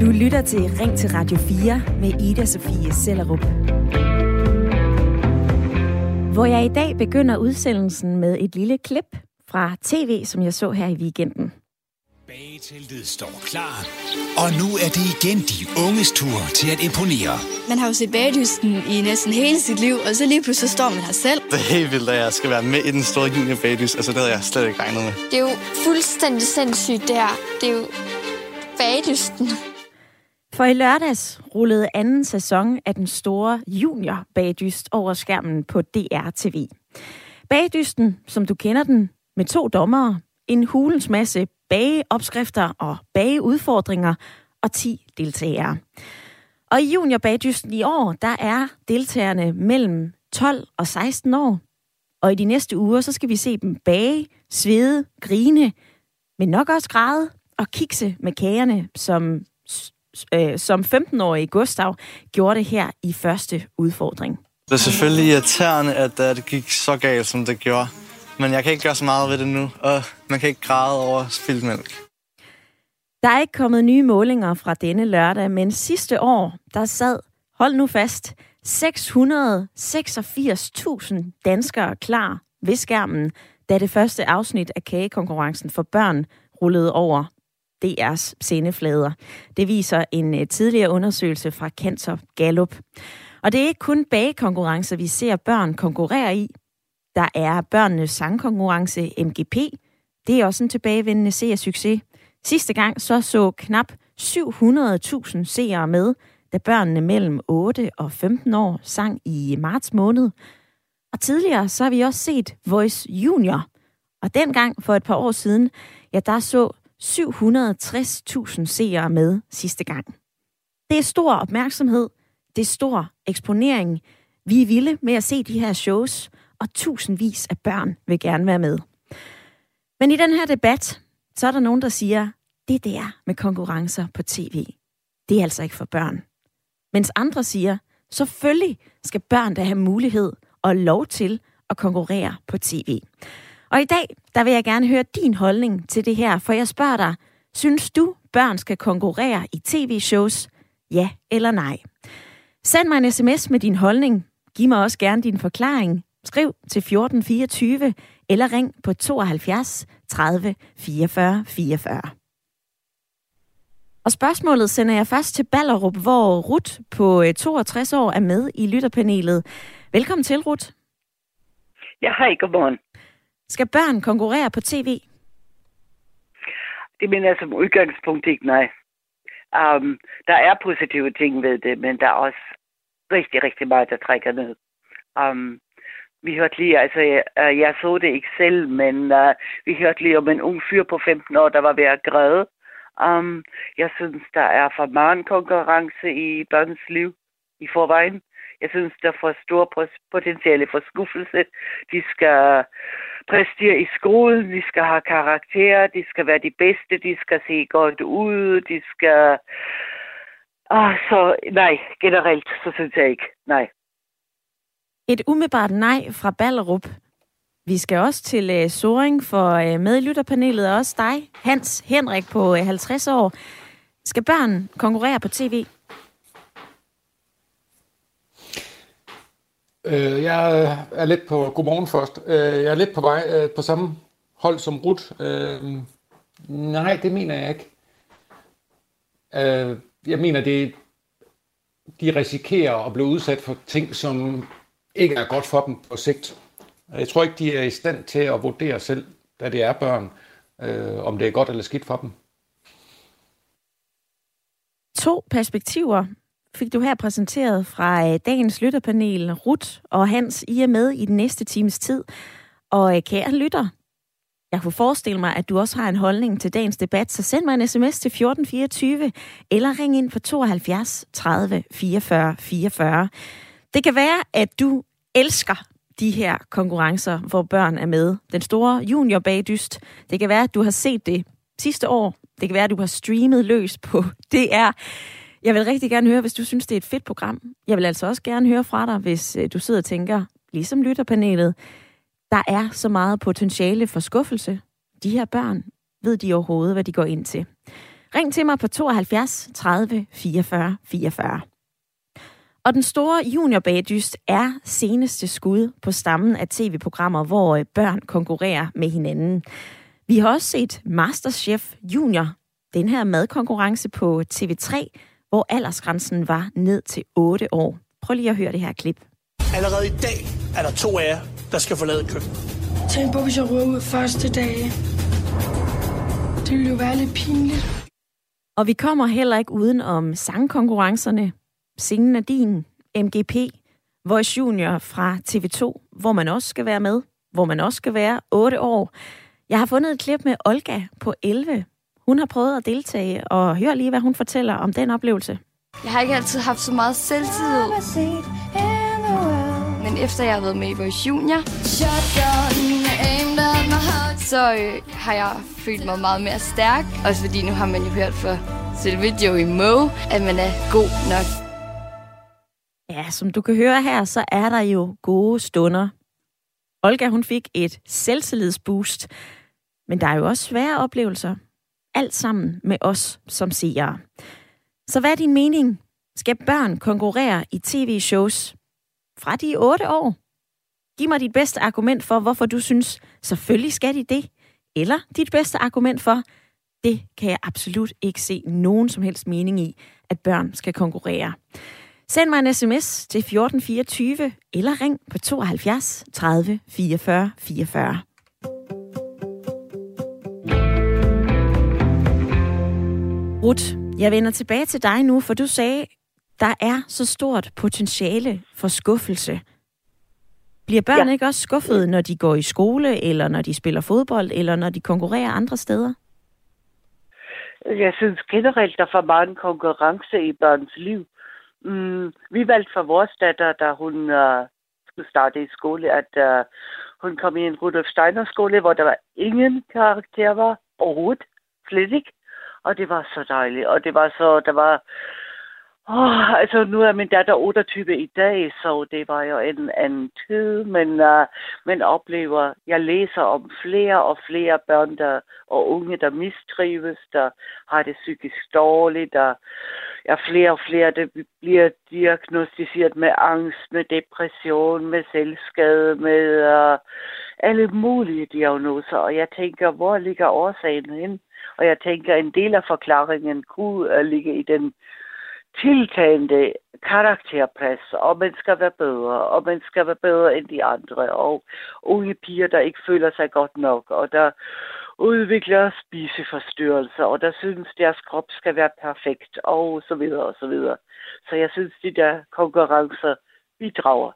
Du lytter til Ring til Radio 4 med Ida Sofie Sellerup. Hvor jeg i dag begynder udsendelsen med et lille klip fra tv, som jeg så her i weekenden. Bageteltet står klar, og nu er det igen de unges tur til at imponere. Man har jo set Bagedysten i næsten hele sit liv, og så lige pludselig står man her selv. Det er helt vildt, at jeg skal være med i den store juniorbagedyst. Altså, det havde jeg slet ikke regnet med. Det er jo fuldstændig sindssygt der. Det er jo Bagedysten. For i lørdags rullede anden sæson af den store junior-bagedyst over skærmen på DR-TV. Bagedysten, som du kender den, med 2 dommere, en hulens masse bageopskrifter og bageudfordringer og 10 deltagere. Og i junior-bagedysten i år, der er deltagerne mellem 12 og 16 år. Og i de næste uger, så skal vi se dem bage, svede, grine, men nok også græde og kikse med kagerne, som 15-årige Gustav gjorde det her i første udfordring. Det er selvfølgelig irriterende, at det gik så galt, som det gjorde. Men jeg kan ikke gøre så meget ved det nu, og man kan ikke græde over spildt mælk. Der er ikke kommet nye målinger fra denne lørdag, men sidste år, der sad, hold nu fast, 686.000 danskere klar ved skærmen, da det første afsnit af kagekonkurrencen for børn rullede over DR's sendeflader. Det viser en tidligere undersøgelse fra Cantor Gallup. Og det er ikke kun bagekonkurrencer, vi ser børn konkurrere i. Der er børnenes sangkonkurrence MGP. Det er også en tilbagevendende seersucces. Sidste gang så knap 700.000 seere med, da børnene mellem 8 og 15 år sang i marts måned. Og tidligere så har vi også set Voice Junior. Og dengang for et par år siden, ja, der så 760.000 seere med sidste gang. Det er stor opmærksomhed, det er stor eksponering. Vi er vilde med at se de her shows, og tusindvis af børn vil gerne være med. Men i den her debat, så er der nogen, der siger, det der med konkurrencer på tv, det er altså ikke for børn. Mens andre siger, selvfølgelig skal børn da have mulighed og lov til at konkurrere på tv. Og i dag, der vil jeg gerne høre din holdning til det her, for jeg spørger dig, synes du, børn skal konkurrere i tv-shows? Ja eller nej? Send mig en sms med din holdning. Giv mig også gerne din forklaring. Skriv til 1424 eller ring på 72 30 44 44. Og spørgsmålet sender jeg først til Ballerup, hvor Ruth på 62 år er med i lytterpanelet. Velkommen til, Ruth. Ja, hej, godmorgen. Skal børn konkurrere på tv? Det mener jeg som udgangspunkt ikke, nej. Der er positive ting ved det, men der er også rigtig, rigtig meget, der trækker ned. Vi hørte lige, altså jeg så det ikke selv, men vi hørte lige om en ung fyr på 15 år, der var ved at græde. Jeg synes, der er for meget konkurrence i børns liv i forvejen. Jeg synes, der er for stor potentiale for skuffelse. De skal præstere i skolen, de skal have karakterer, de skal være de bedste, de skal se godt ud, de skal... Så nej, generelt, så synes jeg ikke, nej. Et umiddelbart nej fra Ballerup. Vi skal også til Soring for med i lytterpanelet, og også dig, Hans Henrik på 50 år. Skal børn konkurrere på tv? Jeg er lidt på... Godmorgen først. Jeg er lidt på vej på samme hold som Ruth. Nej, det mener jeg ikke. Jeg mener, de risikerer at blive udsat for ting, som ikke er godt for dem på sigt. Jeg tror ikke, de er i stand til at vurdere selv, da det er børn, om det er godt eller skidt for dem. 2 perspektiver fik du her præsenteret fra dagens lytterpanel. Ruth og Hans, I er med i den næste times tid. Og kære lytter, jeg kunne forestille mig, at du også har en holdning til dagens debat, så send mig en sms til 1424, eller ring ind på 72 30 44 44. Det kan være, at du elsker de her konkurrencer, hvor børn er med. Den store junior-bagdyst. Det kan være, at du har set det sidste år. Det kan være, at du har streamet løs på DR. Jeg vil rigtig gerne høre, hvis du synes, det er et fedt program. Jeg vil altså også gerne høre fra dig, hvis du sidder og tænker, ligesom lytterpanelet, der er så meget potentiale for skuffelse. De her børn, ved de overhovedet, hvad de går ind til? Ring til mig på 72 30 44 44. Og den store juniorbagdyst er seneste skud på stammen af tv-programmer, hvor børn konkurrerer med hinanden. Vi har også set MasterChef Junior, den her madkonkurrence på TV3, hvor aldersgrænsen var ned til 8 år. Prøv lige at høre det her klip. Allerede i dag er der 2 af jer, der skal forlade køkkenet. Tænk på, hvis jeg rører ud første dag. Det ville jo være lidt pinligt. Og vi kommer heller ikke uden om sangkonkurrencerne. Singen er din, MGP, Voice Junior fra TV2, hvor man også skal være med, hvor man også skal være 8 år. Jeg har fundet et klip med Olga på 11. Hun har prøvet at deltage, og hør lige, hvad hun fortæller om den oplevelse. Jeg har ikke altid haft så meget selvtillid. Men efter jeg har været med i Voice Junior, så har jeg følt mig meget mere stærk. Også fordi nu har man jo hørt fra selve Joey Moe, at man er god nok. Ja, som du kan høre her, så er der jo gode stunder. Olga, hun fik et selvtillidsboost. Men der er jo også svære oplevelser. Alt sammen med os som seere. Så hvad er din mening? Skal børn konkurrere i tv-shows fra de 8 år? Giv mig dit bedste argument for, hvorfor du synes, selvfølgelig skal de det. Eller dit bedste argument for, det kan jeg absolut ikke se nogen som helst mening i, at børn skal konkurrere. Send mig en sms til 1424, eller ring på 72 30 44 44. Ruth, jeg vender tilbage til dig nu, for du sagde, der er så stort potentiale for skuffelse. Bliver børn ikke også skuffede, når de går i skole, eller når de spiller fodbold, eller når de konkurrerer andre steder? Jeg synes generelt, der er for meget konkurrence i børns liv. Vi valgte for vores datter, da hun skulle starte i skole, at hun kom i en Rudolf Steiner skole, hvor der var ingen karakterer overhovedet, slet ikke. Og det var så dejligt, og det var så, der var... altså nu er min datter 28 i dag, så det var jo en anden tid, men oplever, jeg læser om flere og flere børn og unge, der mistrives, der har det psykisk dårligt, der er flere og flere, der bliver diagnostiseret med angst, med depression, med selvskade, med alle mulige diagnoser, og jeg tænker, hvor ligger årsagen hen? Og jeg tænker, en del af forklaringen kunne ligge i den tiltagende karakterpres, og man skal være bedre, og man skal være bedre end de andre, og unge piger, der ikke føler sig godt nok, og der udvikler spiseforstyrrelser, og der synes, deres krop skal være perfekt, og så videre, og så videre. Så jeg synes, de der konkurrencer bidrager.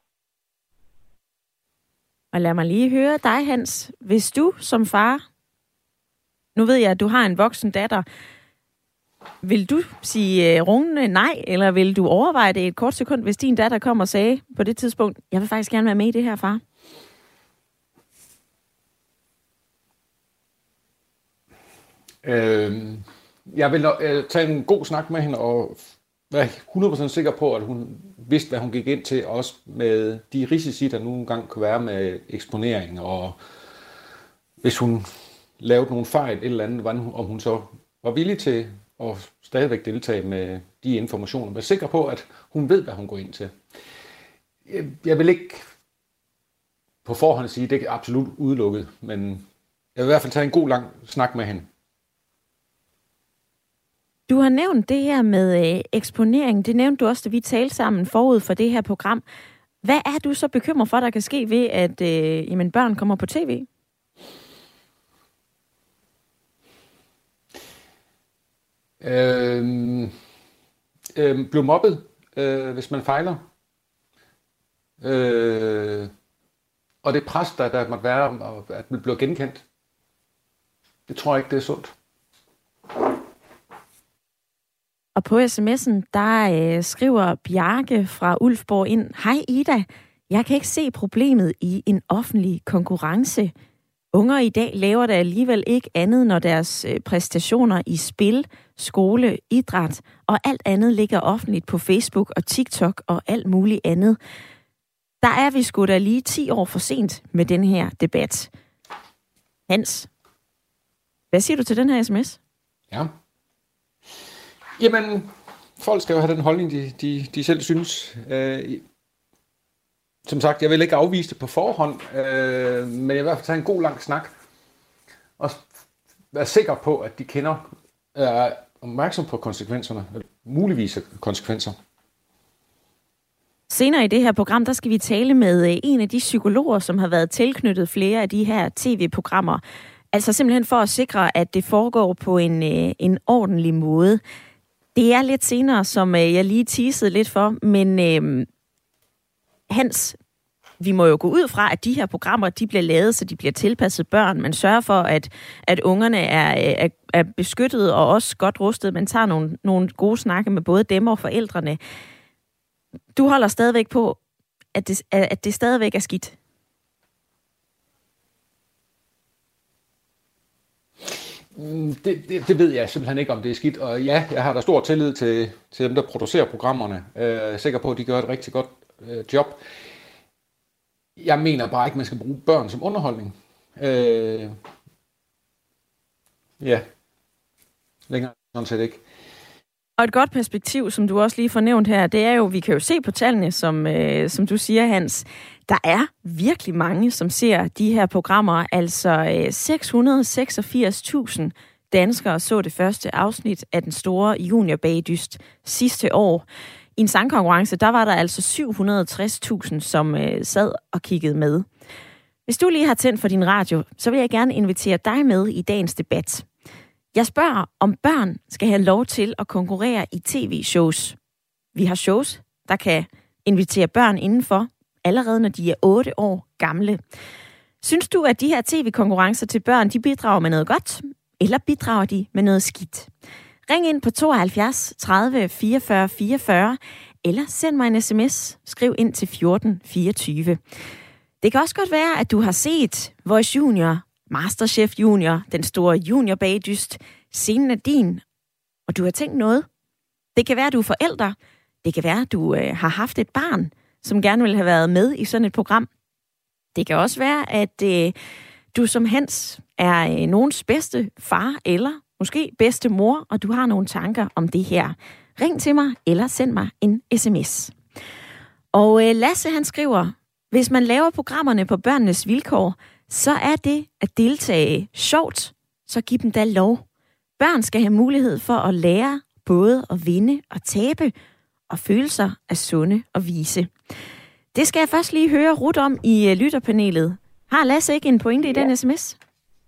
Og lad mig lige høre dig, Hans. Hvis du som far, nu ved jeg, at du har en voksen datter, vil du sige rungende nej, eller vil du overveje det et kort sekund, hvis din datter kom og sagde på det tidspunkt, jeg vil faktisk gerne være med i det her, far? Jeg vil tage en god snak med hende og være 100% sikker på, at hun vidste, hvad hun gik ind til, også med de risici, der nogle gange kan være med eksponering, og hvis hun lavede nogle fejl, et eller andet, om hun så var villig til at stadigvæk deltage med de informationer, men er sikker på, at hun ved, hvad hun går ind til. Jeg vil ikke på forhånd sige, at det er absolut udelukket, men jeg vil i hvert fald tage en god lang snak med hende. Du har nævnt det her med eksponering. Det nævnte du også, da vi talte sammen forud for det her program. Hvad er du så bekymret for, der kan ske ved, at børn kommer på tv? Blive mobbet, hvis man fejler. Og det pres, der måtte være, at man bliver genkendt. Det tror jeg ikke, det er sundt. Og på sms'en, der skriver Bjarke fra Ulfborg ind, hej Ida, jeg kan ikke se problemet i en offentlig konkurrence. Unger i dag laver det alligevel ikke andet, når deres præstationer i spil, skole, idræt og alt andet ligger offentligt på Facebook og TikTok og alt muligt andet. Der er vi sgu da lige 10 år for sent med den her debat. Hans, hvad siger du til den her sms? Ja, Jamen, folk skal jo have den holdning, de selv synes. Som sagt, jeg vil ikke afvise det på forhånd, men jeg vil i hvert fald tage en god lang snak. Og være sikker på, at de er opmærksom på konsekvenserne, eller muligvis konsekvenser. Senere i det her program, der skal vi tale med en af de psykologer, som har været tilknyttet flere af de her tv-programmer. Altså simpelthen for at sikre, at det foregår på en ordentlig måde. Det er lidt senere, som jeg lige teasede lidt for, men Hans, vi må jo gå ud fra, at de her programmer, de bliver lavet, så de bliver tilpasset børn. Man sørger for, at ungerne er beskyttet og også godt rustet. Man tager nogle gode snakke med både dem og forældrene. Du holder stadigvæk på, at det stadigvæk er skidt. Det ved jeg simpelthen ikke, om det er skidt. Og ja, jeg har da stor tillid til dem, der producerer programmerne. Jeg er sikker på, at de gør et rigtig godt job. Jeg mener bare ikke, man skal bruge børn som underholdning. Ja, længere sådan set ikke. Og et godt perspektiv, som du også lige får nævnt her, det er jo, vi kan jo se på tallene, som du siger, Hans, der er virkelig mange, som ser de her programmer. Altså 686.000 danskere så det første afsnit af den store juniorbagedyst sidste år. I en sangkonkurrence, der var der altså 760.000, som sad og kiggede med. Hvis du lige har tændt for din radio, så vil jeg gerne invitere dig med i dagens debat. Jeg spørger, om børn skal have lov til at konkurrere i tv-shows. Vi har shows, der kan invitere børn indenfor, allerede når de er 8 år gamle. Synes du, at de her tv-konkurrencer til børn, de bidrager med noget godt, eller bidrager de med noget skidt? Ring ind på 72 30 44 44, eller send mig en sms. Skriv ind til 14 24. Det kan også godt være, at du har set Voice Junior, Masterchef Junior, den store juniorbagedyst. Scenen er din, og du har tænkt noget. Det kan være, at du er forælder. Det kan være, at du har haft et barn, som gerne vil have været med i sådan et program. Det kan også være, at du som Hans er nogens bedste far, eller måske bedste mor, og du har nogle tanker om det her. Ring til mig, eller send mig en sms. Og Lasse, han skriver, hvis man laver programmerne på børnenes vilkår, så er det at deltage sjovt, så giv dem da lov. Børn skal have mulighed for at lære både at vinde og tabe, og følelser er sunde og vise. Det skal jeg først lige høre Ruth om i lytterpanelet. Har Lasse ikke en pointe i den sms?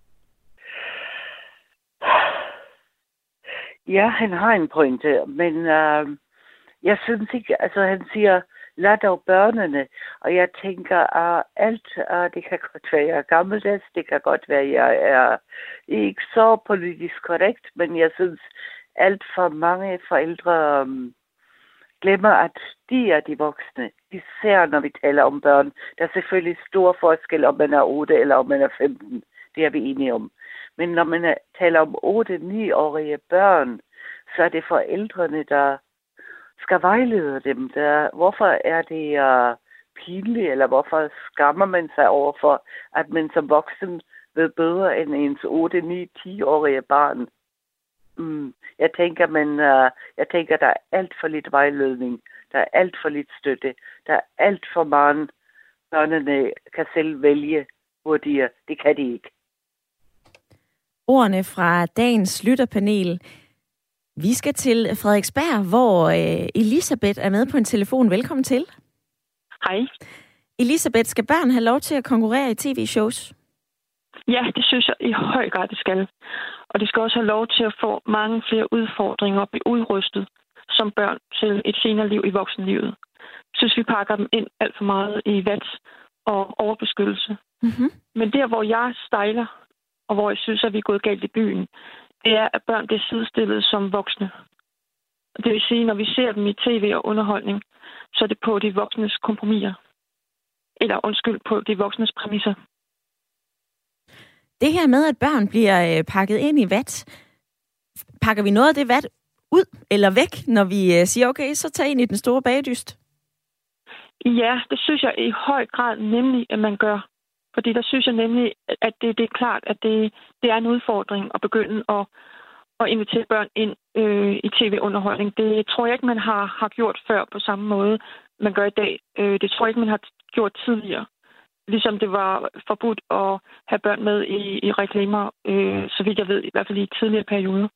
Ja, han har en pointe, men jeg synes ikke, altså han siger, lad dog børnene, og jeg tænker, alt, det kan godt være, jeg er gammeldags, det kan godt være, jeg er ikke så politisk korrekt, men jeg synes, alt for mange forældre glemmer, at de er de voksne, især når vi taler om børn. Der er selvfølgelig stor forskel, om man er 8 eller om man er 15, det er vi enige om. Men når man taler om 8-9-årige børn, så er det forældrene, der skal vejlede dem. Hvorfor er det pinligt, eller hvorfor skammer man sig over for, at man som voksen ved bedre end ens 8-9-10-årige barn? Jeg tænker, der er alt for lidt vejledning, der er alt for lidt støtte, der er alt for mange børnene kan selv vælge, hvor de er. Det kan de ikke. Ordene fra dagens lytterpanel. Vi skal til Frederiksberg, hvor Elisabeth er med på en telefon. Velkommen til. Hej. Elisabeth, skal børn have lov til at konkurrere i tv-shows? Ja, det synes jeg i høj grad, det skal. Og det skal også have lov til at få mange flere udfordringer og blive udrustet som børn til et senere liv i voksenlivet. Jeg synes, vi pakker dem ind alt for meget i vat og overbeskyttelse. Mm-hmm. Men der, hvor jeg stejler, og hvor jeg synes, at vi er gået galt i byen, det er, at børn bliver sidestillet som voksne. Det vil sige, når vi ser dem i tv og underholdning, så er det på de voksnes kompromiser. Eller på de voksnes præmisser. Det her med, at børn bliver pakket ind i vat, pakker vi noget af det vat ud eller væk, når vi siger, okay, så tag ind i den store bagedyst? Ja, det synes jeg i høj grad nemlig, at man gør. Fordi der synes jeg nemlig, at det er klart, at det er en udfordring at begynde at invitere børn ind i tv-underholdning. Det tror jeg ikke, man har gjort før på samme måde, man gør i dag. Det tror jeg ikke, man har gjort tidligere. Ligesom det var forbudt at have børn med i reklamer, så vidt jeg ved, i hvert fald i tidligere perioder.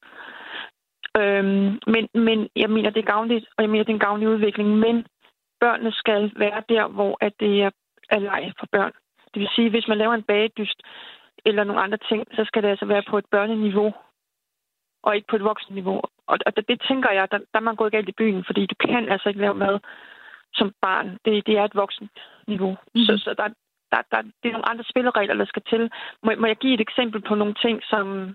Men jeg mener, det er gavnligt, og jeg mener, det er en gavnlig udvikling. Men børnene skal være der, hvor at det er leg for børn. Det vil sige, hvis man laver en bagedyst eller nogle andre ting, så skal det altså være på et børneniveau, og ikke på et voksenniveau. Og det tænker jeg, der er man gået galt i byen, fordi du kan altså ikke lave mad som barn. Det er et voksent-niveau. Mm-hmm. Så det er nogle andre spilleregler, der skal til. Må jeg give et eksempel på nogle ting, som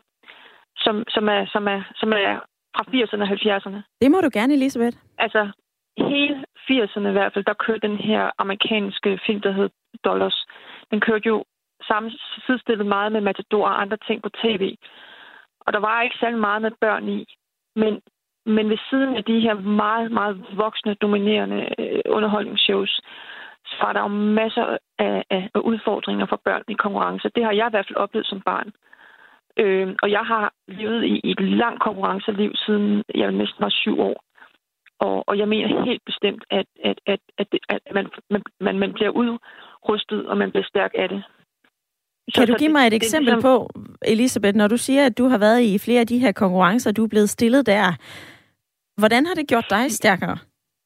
er fra 80'erne og 70'erne? Det må du gerne, Elisabeth. Altså, hele 80'erne i hvert fald, der kørte den her amerikanske film, der hed Dollars. Den kørte jo sidestillet meget med Matador og andre ting på tv. Og der var ikke særlig meget med børn i. Men ved siden af de her meget, meget voksne, dominerende underholdningsshows, så var der jo masser af udfordringer for børn i konkurrence. Det har jeg i hvert fald oplevet som barn. Og jeg har levet i et langt konkurrenceliv, siden jeg næsten var 7 år. Og jeg mener helt bestemt, at man bliver udrustet, og man bliver stærk af det. Kan du give mig et eksempel på, Elisabeth, når du siger, at du har været i flere af de her konkurrencer, du er blevet stillet der. Hvordan har det gjort dig stærkere?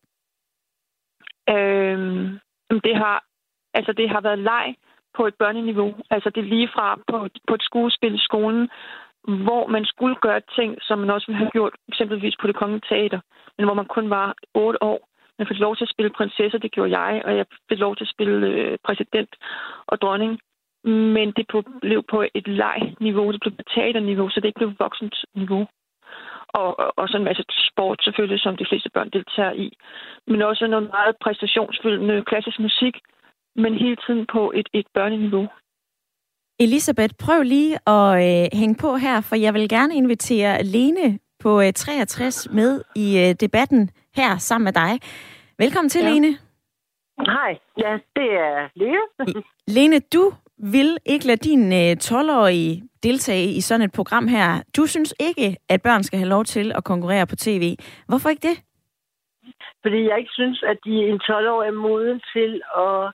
Det har været leg på et børneniveau. Altså det er lige fra på et skuespil i skolen, hvor man skulle gøre ting, som man også ville have gjort eksempelvis på Det Kongelige Teater, men hvor man kun var 8 år. Man fik lov til at spille prinsesser, det gjorde jeg, og jeg fik lov til at spille præsident og dronning. Men det blev på et leg-niveau, det blev på teaterniveau, så det ikke blev voksent niveau. Og så en masse sport selvfølgelig, som de fleste børn deltager i. Men også noget meget præstationsfyldende klassisk musik, men hele tiden på et børneniveau. Elisabeth, prøv lige at hænge på her, for jeg vil gerne invitere Lene på 63 med i debatten her sammen med dig. Velkommen til, Lene. Hej, ja, det er Lene. Lene, du vil ikke lade din 12-årige deltage i sådan et program her. Du synes ikke, at børn skal have lov til at konkurrere på tv. Hvorfor ikke det? Fordi jeg ikke synes, at en 12-årig er moden til at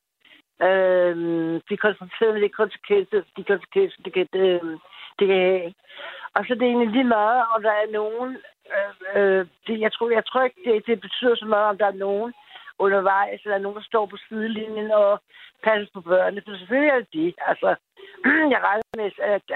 blive konfronteret med de konsekvenser, det kan have. Og så det er egentlig lige meget, om der er nogen... jeg tror ikke, det betyder så meget, om der er nogen undervejs, eller nogen, der står på sidelinjen og passer på børnene. For selvfølgelig er det det. Altså, jeg regner med,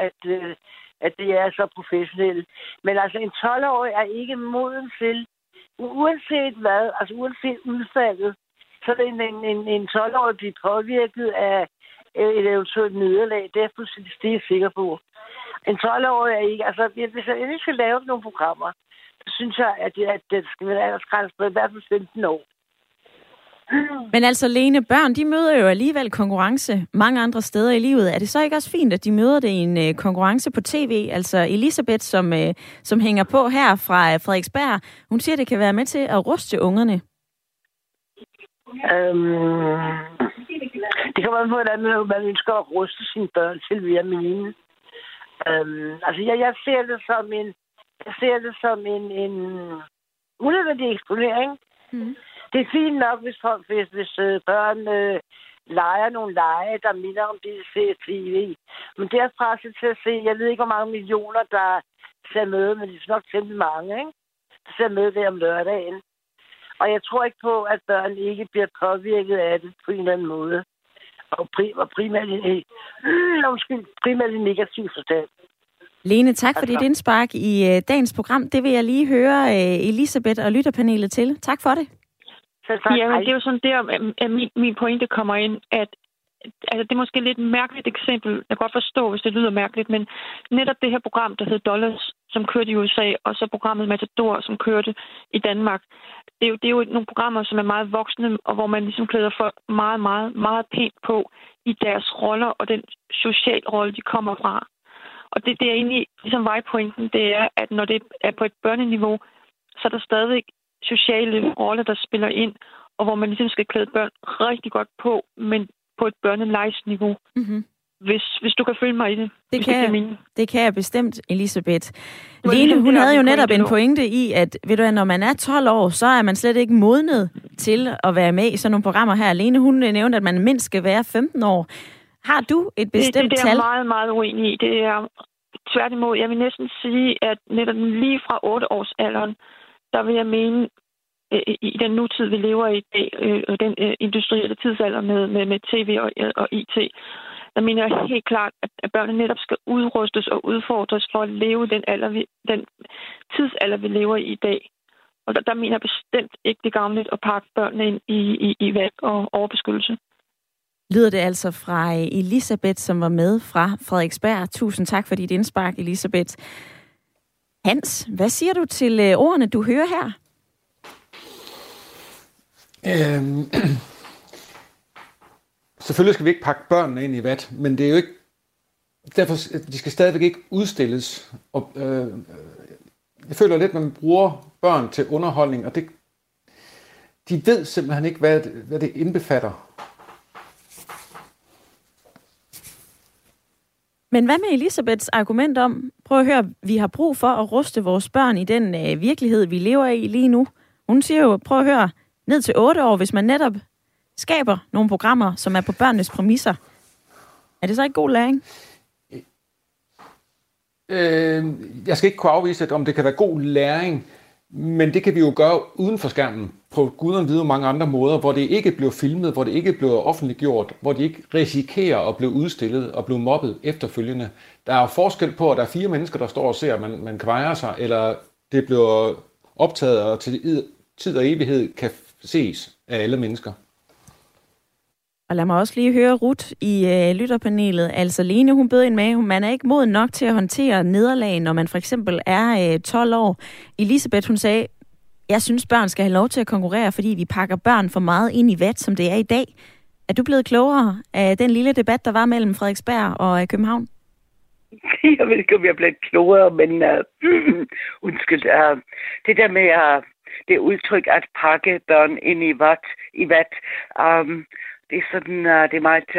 at det er så professionelt. Men altså, en 12-årig er ikke moden til, uanset hvad, altså uanset udfaldet, så er en 12-årig bliver påvirket af et eventuelt nederlag. Det er jeg fuldstændig sikker på. En 12-årig er ikke... Altså, hvis jeg ikke skal lave nogle programmer, så synes jeg, at det skal være aldersgrænse på i hvert fald 15 år. Men altså, Lene, børn, de møder jo alligevel konkurrence mange andre steder i livet. Er det så ikke også fint, at de møder det i en konkurrence på tv? Altså, Elisabeth, som hænger på her fra Frederiksberg, hun siger, at det kan være med til at ruste ungerne. Det kommer an på, hvordan man ønsker at ruste sine børn til via mine. Altså, jeg ser det som en unødvendig eksponering. Mm. Det er fint nok, hvis børn leger nogle lege, der minder om det, de ser tv. Men derfra til at se, jeg ved ikke, hvor mange millioner, der ser med, men det er nok temmelig mange, ikke? Der ser med der om lørdagen. Og jeg tror ikke på, at børn ikke bliver påvirket af det på en eller anden måde. Og primært i negativ forstand. Lene, tak for dit indspark i dagens program. Det vil jeg lige høre Elisabeth og lytterpanelet til. Tak for det. Ja, men det er jo sådan der, at min pointe kommer ind, at altså, det er måske lidt et mærkeligt eksempel. Jeg kan godt forstå, hvis det lyder mærkeligt, men netop det her program, der hedder Dollars, som kørte i USA, og så programmet Matador, som kørte i Danmark. Det er jo nogle programmer, som er meget voksne, og hvor man ligesom klæder folk meget, meget, meget pænt på i deres roller og den sociale rolle, de kommer fra. Og det er egentlig ligesom vejpointen, det er, at når det er på et børneniveau, så er der stadig sociale roller, der spiller ind, og hvor man ligesom skal klæde børn rigtig godt på, men på et børnelejesniveau. Mm-hmm. hvis du kan følge mig i det. Det kan jeg bestemt, Elisabeth. Lene, hun havde jo netop en pointe i, at ved du, når man er 12 år, så er man slet ikke modnet til at være med i sådan nogle programmer her. Lene, hun nævnte, at man mindst skal være 15 år. Har du et bestemt tal? Det er jeg meget, meget uenig i. Det er tværtimod. Jeg vil næsten sige, at netop lige fra 8 års alderen, der vil jeg mene, i den nutid, vi lever i dag, og den industrielle tidsalder med tv og IT, der mener jeg helt klart, at børnene netop skal udrustes og udfordres for at leve den tidsalder, vi lever i dag. Og der mener jeg bestemt ikke, det er gavnligt at pakke børnene ind i vat og overbeskyttelse. Lyder det altså fra Elisabeth, som var med fra Frederiksberg. Tusind tak for dit indspark, Elisabeth. Hans, hvad siger du til ordene, du hører her? Selvfølgelig skal vi ikke pakke børnene ind i vat, men det er jo ikke derfor, de skal stadigvæk ikke udstilles. Og, jeg føler lidt, at man bruger børn til underholdning, og de ved simpelthen ikke, hvad det indbefatter. Men hvad med Elisabeths argument om, prøv at høre, vi har brug for at ruste vores børn i den virkelighed, vi lever i lige nu. Hun siger jo, prøv at høre, ned til 8 år, hvis man netop skaber nogle programmer, som er på børnenes præmisser. Er det så ikke god læring? Jeg skal ikke kunne afvise, om det kan være god læring, men det kan vi jo gøre uden for skærmen, på guderne vide mange andre måder, hvor det ikke bliver filmet, hvor det ikke bliver offentliggjort, hvor de ikke risikerer at blive udstillet og blive mobbet efterfølgende. Der er jo forskel på, at der er 4 mennesker, der står og ser, at man kvejer sig, eller det bliver optaget og til tid og evighed kan ses af alle mennesker. Og lad mig også lige høre Ruth i lytterpanelet. Altså Lene, hun bød ind med, man er ikke moden nok til at håndtere nederlag, når man for eksempel er 12 år. Elisabeth, hun sagde, jeg synes børn skal have lov til at konkurrere, fordi vi pakker børn for meget ind i vat, som det er i dag. Er du blevet klogere af den lille debat, der var mellem Frederiksberg og København? Jeg ved ikke, om jeg er blevet klogere, men undskyld. Det der med det udtryk at pakke børn ind i vat, det er sådan, det er meget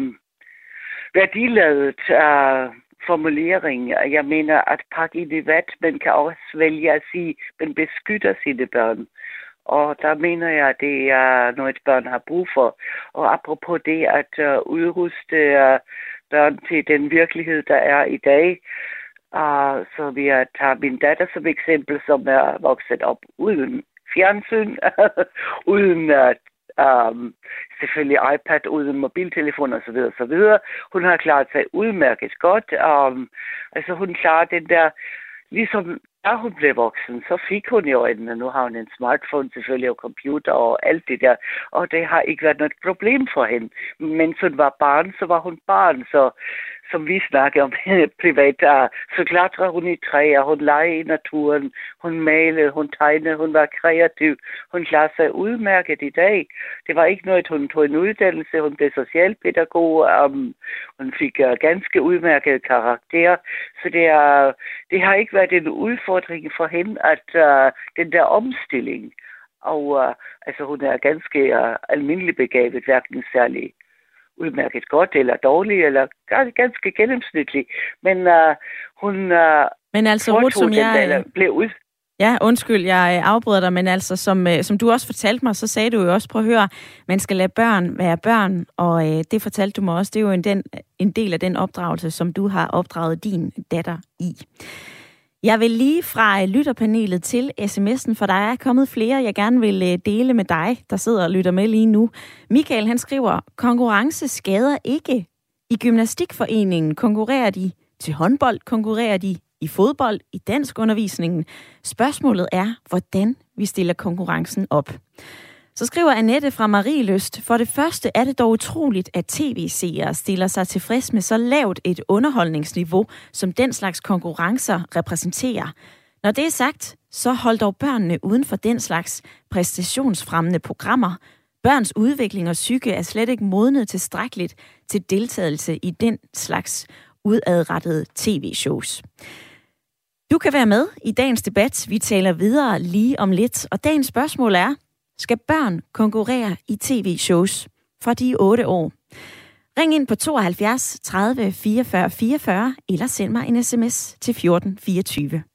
værdiladet formulering. Jeg mener, at pakke ind i vat, man kan også vælge at sige, man beskytter sine børn. Og der mener jeg, at det er noget, børn har brug for. Og apropos det at udruste børn til den virkelighed, der er i dag, så vil jeg tage min datter som eksempel, som er vokset op uden fjernsyn, uden selvfølgelig iPad, uden mobiltelefon osv. osv. Hun har klaret sig udmærket godt. Altså hun klarer den der, ligesom da hun blev voksen, så fik hun jo nu har hun en smartphone selvfølgelig og computer og alt det der, og det har ikke været noget problem for hende. Mens hun var barn, så var hun barn, så som vi snakker om privat, så klatrede hun i træer, hun legede i naturen, hun malede, hun tegnede, hun var kreativ, hun klarede sig udmærket i dag. Det var ikke noget, hun tog en uddannelse, hun blev socialpædagog, hun fik ganske udmærket karakter, så det har ikke været en udfordring for hende, at den der omstilling, og altså hun er ganske almindelig begavet, hverken særlig udmærket godt eller dårlig, eller ganske gennemsnitlig. Men hun men altså, Ruth, som jeg blev ud. Ja, undskyld, jeg afbryder dig, men altså, som du også fortalte mig, så sagde du jo også, prøv at høre, man skal lade børn være børn, og det fortalte du mig også, det er jo en del af den opdragelse, som du har opdraget din datter i. Jeg vil lige fra lytterpanelet til sms'en, for der er kommet flere, jeg gerne vil dele med dig, der sidder og lytter med lige nu. Michael, han skriver, konkurrence skader ikke. I gymnastikforeningen konkurrerer de til håndbold, konkurrerer de i fodbold, i danskundervisningen. Spørgsmålet er, hvordan vi stiller konkurrencen op. Så skriver Annette fra Marielyst, for det første er det dog utroligt, at tv-seere stiller sig tilfreds med så lavt et underholdningsniveau, som den slags konkurrencer repræsenterer. Når det er sagt, så hold dog børnene uden for den slags præstationsfremmende programmer. Børns udvikling og psyke er slet ikke modnet tilstrækkeligt til deltagelse i den slags udadrettede tv-shows. Du kan være med i dagens debat. Vi taler videre lige om lidt. Og dagens spørgsmål er, skal børn konkurrere i tv-shows fra de 8 år? Ring ind på 72 30 44 44, eller send mig en sms til 1424.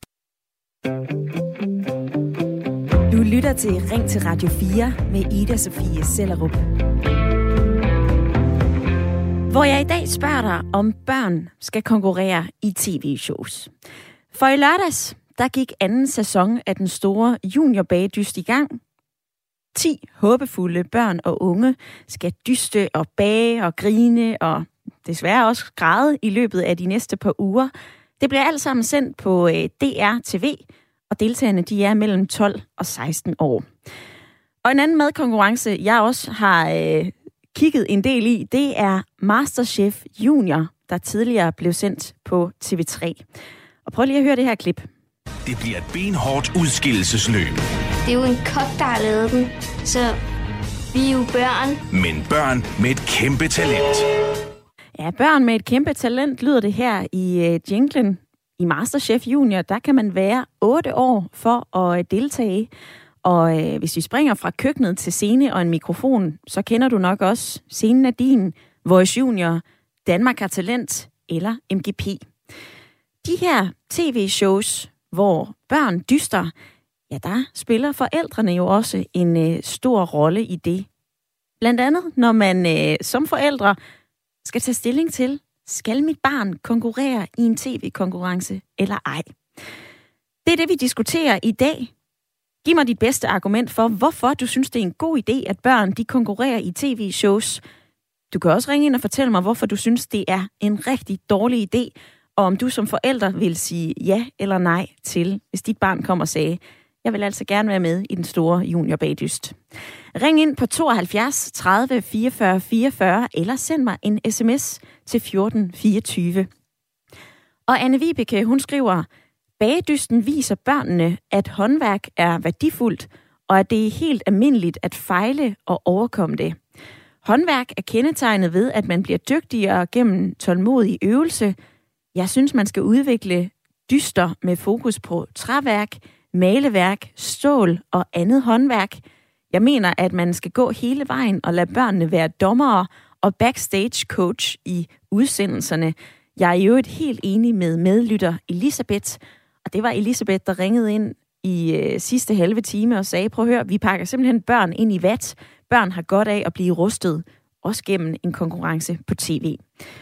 Du lytter til Ring til Radio 4 med Ida Sofie Sellerup. Hvor jeg i dag spørger dig, om børn skal konkurrere i tv-shows. For i lørdags, der gik anden sæson af den store juniorbagedyst i gang. 10 håbefulde børn og unge skal dyste og bage og grine og desværre også græde i løbet af de næste par uger. Det bliver alt sammen sendt på DR TV, og deltagerne de er mellem 12 og 16 år. Og en anden madkonkurrence, jeg også har kigget en del i, det er MasterChef Junior, der tidligere blev sendt på TV3. Og prøv lige at høre det her klip. Det bliver et benhårdt udskillelsesløb. Det er jo en kok, der har lavet den, så vi er jo børn. Men børn med et kæmpe talent. Ja, børn med et kæmpe talent lyder det her i jinglen. I MasterChef Junior, der kan man være 8 år for at deltage. Og hvis vi springer fra køkkenet til scene og en mikrofon, så kender du nok også Scenen er din, Voice Junior, Danmark har talent eller MGP. De her tv-shows, hvor børn dyster, ja, der spiller forældrene jo også en stor rolle i det. Blandt andet, når man som forældre skal tage stilling til, skal mit barn konkurrere i en tv-konkurrence eller ej? Det er det, vi diskuterer i dag. Giv mig dit bedste argument for, hvorfor du synes, det er en god idé, at børn de konkurrerer i tv-shows. Du kan også ringe ind og fortælle mig, hvorfor du synes, det er en rigtig dårlig idé, og om du som forælder vil sige ja eller nej til, hvis dit barn kommer og sagde, jeg vil altså gerne være med i den store juniorbagedyst. Ring ind på 72 30 44 44, eller send mig en sms til 1424. Og Anne Vibeke, hun skriver, bagedysten viser børnene, at håndværk er værdifuldt, og at det er helt almindeligt at fejle og overkomme det. Håndværk er kendetegnet ved, at man bliver dygtigere gennem tålmodig øvelse. Jeg synes, man skal udvikle dyster med fokus på træværk, maleværk, stål og andet håndværk. Jeg mener, at man skal gå hele vejen og lade børnene være dommere og backstage coach i udsendelserne. Jeg er i øvrigt helt enig med medlytter Elisabeth, og det var Elisabeth, der ringede ind i sidste halve time og sagde, prøv at høre, vi pakker simpelthen børn ind i vat. Børn har godt af at blive rustet, også gennem en konkurrence på tv.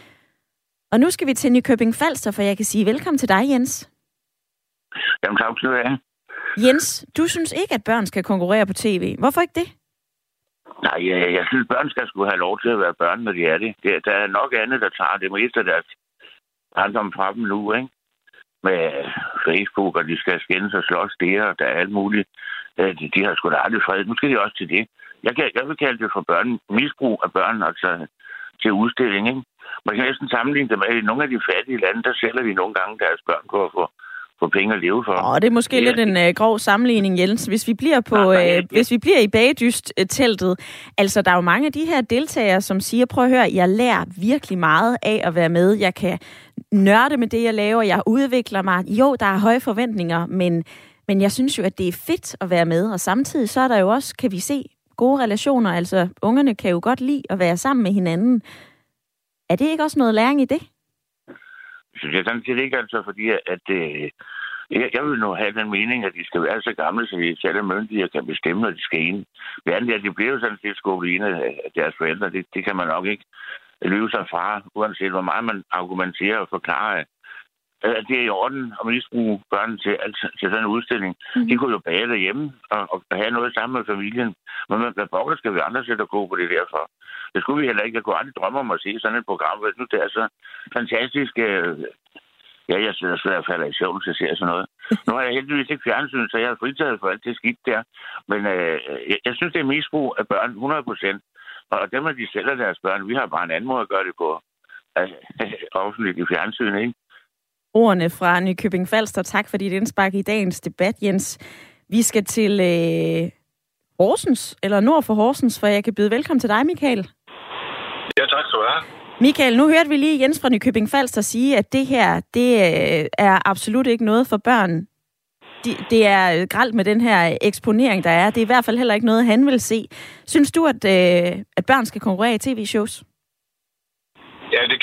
Og nu skal vi til Nykøbing Falster, for jeg kan sige velkommen til dig, Jens. Jamen, tak skal du have. Jens, du synes ikke, at børn skal konkurrere på tv. Hvorfor ikke det? Nej, jeg synes, børn skal sgu have lov til at være børn, når de er det. Der er nok andet, der tager det meste af deres barndom fra dem nu, ikke? Med Facebook, og de skal skændes og slås der, og der er alt muligt. De har sgu da aldrig fred. Nu skal de også til det. Jeg vil kalde det for børn. Misbrug af børn, altså til udstilling, ikke? Man kan næsten sammenligne det med, at i nogle af de fattige lande, der sælger de nogle gange deres børn på at få penge at leve for. Det er måske lidt en grov sammenligning, Jens. Hvis vi bliver hvis vi bliver i bagedyst-teltet, altså der er jo mange af de her deltagere, som siger, prøv at høre, jeg lærer virkelig meget af at være med. Jeg kan nørde med det, jeg laver. Jeg udvikler mig. Jo, der er høje forventninger, men jeg synes jo, at det er fedt at være med. Og samtidig så er der jo også, kan vi se, gode relationer. Altså, ungerne kan jo godt lide at være sammen med hinanden. Er det ikke også noget læring i det? Jeg sådan set ikke, altså, fordi at jeg vil nu have den mening, at de skal være så gamle, så de selv er myndige og kan bestemme, når de skal ind. Det andet er, at de bliver jo sådan set skubbet ind af deres forældre. Det kan man nok ikke løbe sig fra, uanset hvor meget man argumenterer og forklarer, at det er i orden at misbruge børn til sådan en udstilling. De kunne jo bage derhjemme og have noget sammen med familien. Men hvad pokker skal vi andre sætte at gå på det derfor? Det skulle vi heller ikke. Jeg kunne aldrig drømme om at se sådan et program, hvis nu det er så fantastisk. Jeg sidder svært og falder i søvn til at se sådan noget. Nu har jeg heldigvis ikke fjernsyn, så jeg har fritaget for alt det skidt der. Men jeg synes, det er misbrug af børn 100%. Og dem, de sælger deres børn, vi har bare en anden måde at gøre det på. Offentligt i fjernsyn, ikke? Ordene fra Nykøbing Falster. Tak for dit indspark i dagens debat, Jens. Vi skal til Horsens, eller nord for Horsens, for jeg kan byde velkommen til dig, Michael. Ja, tak skal du have. Michael, nu hørte vi lige Jens fra Nykøbing Falster sige, at det her, det er absolut ikke noget for børn. Det er grelt med den her eksponering, der er. Det er i hvert fald heller ikke noget, han vil se. Synes du, at børn skal konkurrere i tv-shows?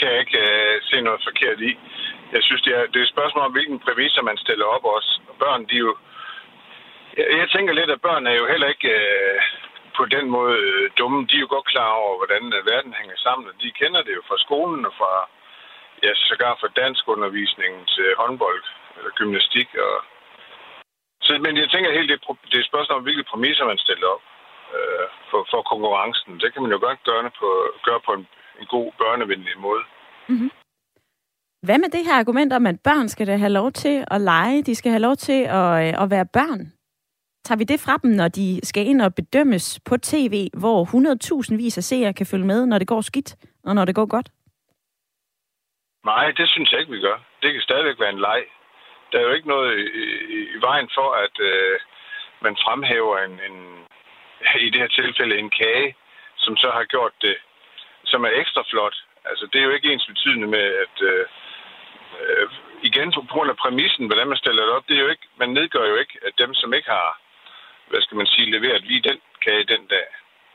kan jeg ikke se noget forkert i. Jeg synes, det er et spørgsmål om, hvilken præmisser man stiller op også. Og børn, de jo... Jeg tænker lidt, at børn er jo heller ikke på den måde dumme. De er jo godt klar over, hvordan verden hænger sammen. Og de kender det jo fra skolen og fra, sågar fra danskundervisningen til håndbold eller gymnastik. Men jeg tænker helt, det er et spørgsmål om, hvilke præmisser man stiller op for konkurrencen. Det kan man jo godt gøre på en god, børnevenlig måde. Mm-hmm. Hvad med det her argument om, at børn skal da have lov til at lege? De skal have lov til at være børn. Tager vi det fra dem, når de skal ind og bedømmes på tv, hvor 100.000 af seere kan følge med, når det går skidt, og når det går godt? Nej, det synes jeg ikke, vi gør. Det kan stadigvæk være en leg. Der er jo ikke noget i vejen for, at man fremhæver i det her tilfælde en kage, som så har gjort det, som er ekstra flot. Altså, det er jo ikke ens betydende med, at igen på grund af præmissen, hvordan man stiller det op, det er jo ikke, man nedgør jo ikke, at dem, som ikke har, leveret lige den kage den dag.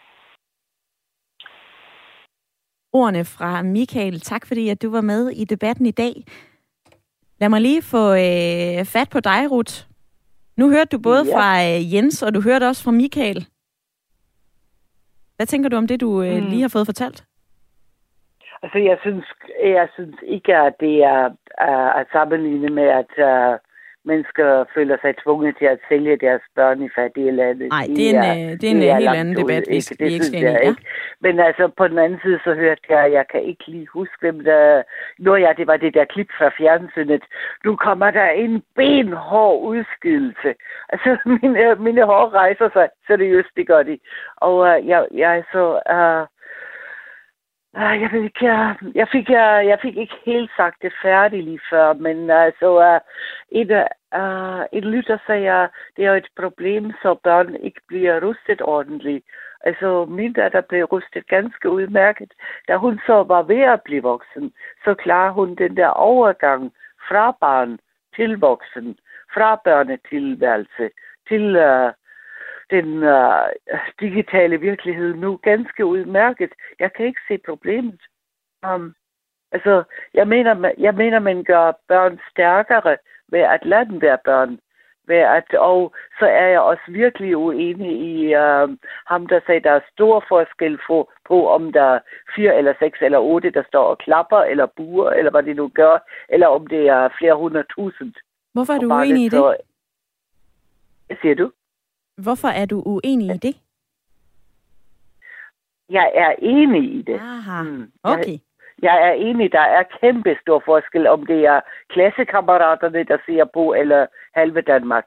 Ordene fra Michael. Tak fordi, at du var med i debatten i dag. Lad mig lige få fat på dig, Ruth. Nu hørte du både fra Jens, og du hørte også fra Michael. Hvad tænker du om det, du lige har fået fortalt? Altså, jeg synes ikke, at det er at sammenligne med, at mennesker føler sig tvunget til at sælge deres børn i fattige lande. Nej, det er en helt anden debat, vi ikke skal ind i. Ja. Men altså, på den anden side, så hørte jeg kan ikke lige huske, hvem det var det der klip fra fjernsynet. Nu kommer der en benhård udskydelse. Altså, mine hår rejser sig. Seriøst, det gør de. Og jeg så... Jeg ved ikke, jeg fik ikke helt sagt det færdigt lige før, men altså et lytter sagde, det er et problem, så børn ikke bliver rustet ordentligt. Altså min datter blev rustet ganske udmærket, da hun så var ved at blive voksen, så klarer hun den der overgang fra barn til voksen, fra børnetilværelse til den digitale virkelighed nu ganske udmærket. Jeg kan ikke se problemet. Altså, jeg mener, man gør børn stærkere ved at lade dem være børn. Og så er jeg også virkelig uenig i ham, der sagde, der er stor forskel på, om der er 4 eller 6 eller 8, der står og klapper eller buer, eller hvad de nu gør, eller om det er flere 100.000. Hvorfor er du uenig i det? Hvad siger du? Hvorfor er du uenig i det? Jeg er enig i det. Aha, okay. Jeg er enig, der er kæmpe stor forskel, om det er klassekammeraterne, der ser på, eller halve Danmark.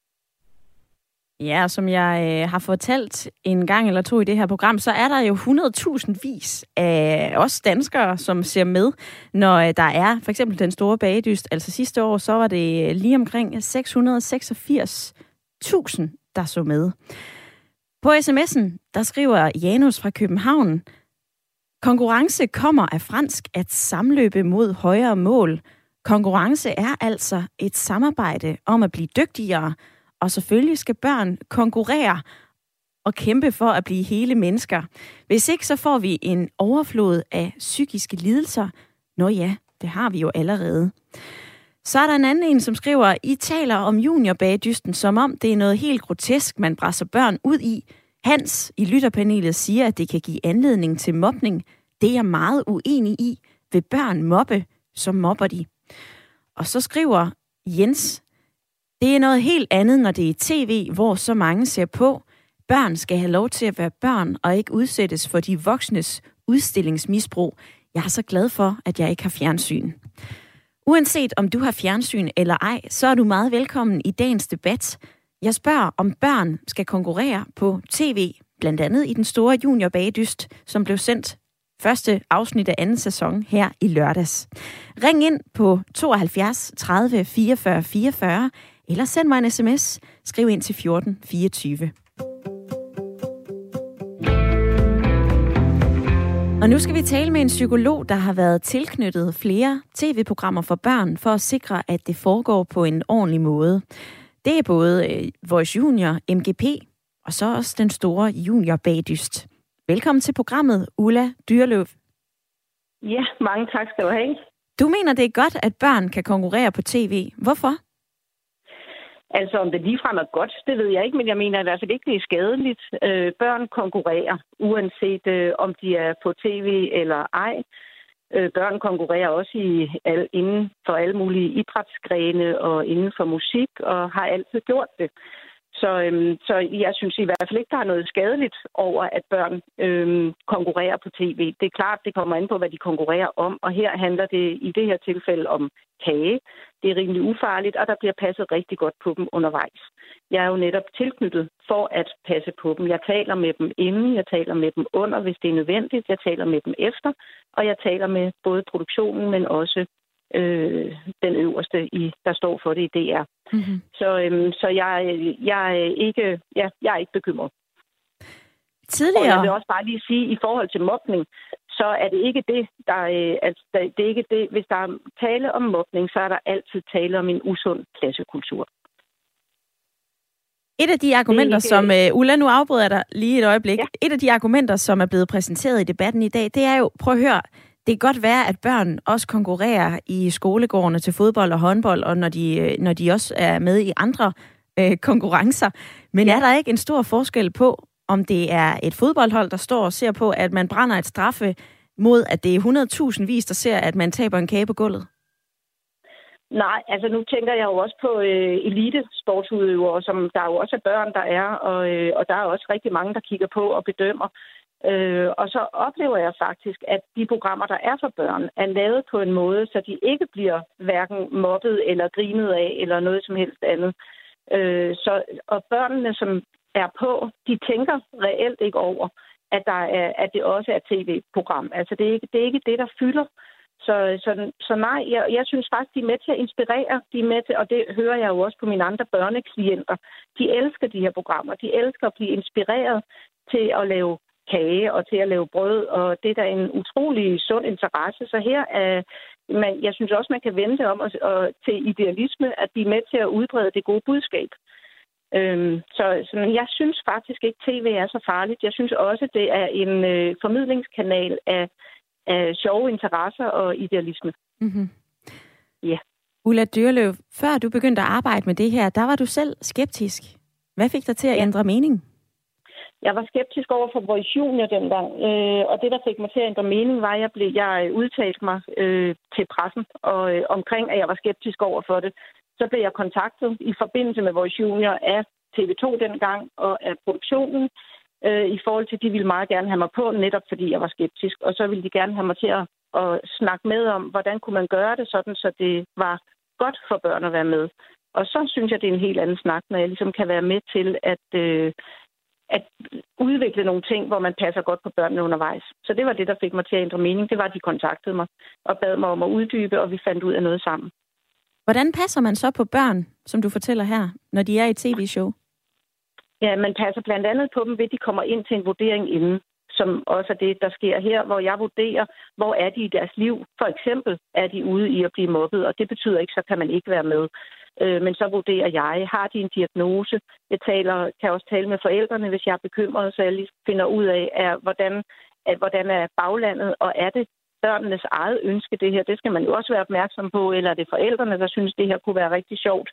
Ja, som jeg har fortalt en gang eller to i det her program, så er der jo 100.000 af os danskere, som ser med, når der er for eksempel den store bagedyst. Altså sidste år, så var det lige omkring 686.000, der så med. På sms'en, der skriver Janus fra København: konkurrence kommer af fransk at samløbe mod højere mål. Konkurrence er altså et samarbejde om at blive dygtigere, og selvfølgelig skal børn konkurrere og kæmpe for at blive hele mennesker. Hvis ikke, så får vi en overflod af psykiske lidelser. Nå ja, det har vi jo allerede. Så er der en anden en, som skriver: I taler om juniorbagedysten, som om det er noget helt grotesk, man brænder børn ud i. Hans i lytterpanelet siger, at det kan give anledning til mobning. Det er jeg meget uenig i. Vil børn mobbe, så mobber de. Og så skriver Jens: det er noget helt andet, når det er tv, hvor så mange ser på. Børn skal have lov til at være børn, og ikke udsættes for de voksnes udstillingsmisbrug. Jeg er så glad for, at jeg ikke har fjernsyn. Uanset om du har fjernsyn eller ej, så er du meget velkommen i dagens debat. Jeg spørger, om børn skal konkurrere på tv, blandt andet i den store juniorbagedyst, som blev sendt første afsnit af anden sæson her i lørdags. Ring ind på 72 30 44 44, eller send mig en sms. Skriv ind til 1424. Og nu skal vi tale med en psykolog, der har været tilknyttet flere tv-programmer for børn, for at sikre, at det foregår på en ordentlig måde. Det er både Voice Junior, MGP, og så også den store junior bagdyst. Velkommen til programmet, Ulla Dyrløv. Ja, mange tak skal du have. Du mener, det er godt, at børn kan konkurrere på tv. Hvorfor? Altså, om det ligefrem er godt, det ved jeg ikke, men jeg mener i hvert fald ikke, det er skadeligt. Børn konkurrerer, uanset om de er på tv eller ej. Børn konkurrerer også inden for alle mulige idrætsgrene og inden for musik, og har altid gjort det. Så jeg synes i hvert fald ikke, der er noget skadeligt over, at børn konkurrerer på tv. Det er klart, det kommer an på, hvad de konkurrerer om, og her handler det i det her tilfælde om kage. Det er rimelig ufarligt, og der bliver passet rigtig godt på dem undervejs. Jeg er jo netop tilknyttet for at passe på dem. Jeg taler med dem inden, jeg taler med dem under, hvis det er nødvendigt. Jeg taler med dem efter, og jeg taler med både produktionen, men også den øverste, der står for det i DR. Mm-hmm. Så jeg er ikke bekymret. Tidligere. Og jeg vil også bare lige sige, i forhold til mobning, så er det ikke det, det er ikke det. Hvis der er tale om mobning, så er der altid tale om en usund klassekultur. Et af de argumenter, som Ulla, nu afbryder jeg dig lige et øjeblik. Ja. Et af de argumenter, som er blevet præsenteret i debatten i dag, det er jo, prøv at høre, det kan godt være, at børn også konkurrerer i skolegårdene til fodbold og håndbold, og når de også er med i andre konkurrencer. Men er der ikke en stor forskel på, om det er et fodboldhold, der står og ser på, at man brænder et straffe, mod at det er 100.000 vis, der ser, at man taber en kage på gulvet? Nej, altså nu tænker jeg jo også på elitesportsudøvere, som der jo også er børn, der er, og der er også rigtig mange, der kigger på og bedømmer. Og så oplever jeg faktisk, at de programmer, der er for børn, er lavet på en måde, så de ikke bliver hverken mobbet eller grinet af, eller noget som helst andet. Og børnene, som er på, de tænker reelt ikke over, at det også er et tv-program. Altså det er ikke det, der fylder. Så nej, jeg synes faktisk, de er med til at inspirere. De er med til, og det hører jeg jo også på mine andre børneklienter. De elsker de her programmer. De elsker at blive inspireret til at lave kage og til at lave brød, og det er da en utrolig sund interesse. Så her jeg synes også, man kan vende det om til idealisme, at de er med til at udbrede det gode budskab. Så jeg synes faktisk ikke, at tv er så farligt. Jeg synes også, det er en formidlingskanal af sjove interesser og idealisme. Mm-hmm. Ja. Ulla Dyrløv, før du begyndte at arbejde med det her, der var du selv skeptisk. Hvad fik dig til at ændre mening? Jeg var skeptisk over for Voice Junior dengang, og det, der fik mig til at ændre mening, var, at jeg udtalte mig til pressen omkring, at jeg var skeptisk over for det. Så blev jeg kontaktet i forbindelse med Voice Junior af TV2 dengang og af produktionen, i forhold til, at de ville meget gerne have mig på, netop fordi jeg var skeptisk. Og så ville de gerne have mig til at snakke med om, hvordan kunne man gøre det sådan, så det var godt for børn at være med. Og så synes jeg, det er en helt anden snak, når jeg ligesom kan være med til at udvikle nogle ting, hvor man passer godt på børnene undervejs. Så det var det, der fik mig til at ændre mening. Det var, at de kontaktede mig og bad mig om at uddybe, og vi fandt ud af noget sammen. Hvordan passer man så på børn, som du fortæller her, når de er i tv-show? Ja, man passer blandt andet på dem, ved de kommer ind til en vurdering inden, som også er det, der sker her, hvor jeg vurderer, hvor er de i deres liv. For eksempel er de ude i at blive mobbet, og det betyder ikke, så kan man ikke være med. Men så vurderer jeg, har de en diagnose? Jeg kan også tale med forældrene, hvis jeg er bekymret, så jeg lige finder ud af, hvordan er baglandet, og er det børnenes eget ønske, det her? Det skal man jo også være opmærksom på, eller er det forældrene, der synes, det her kunne være rigtig sjovt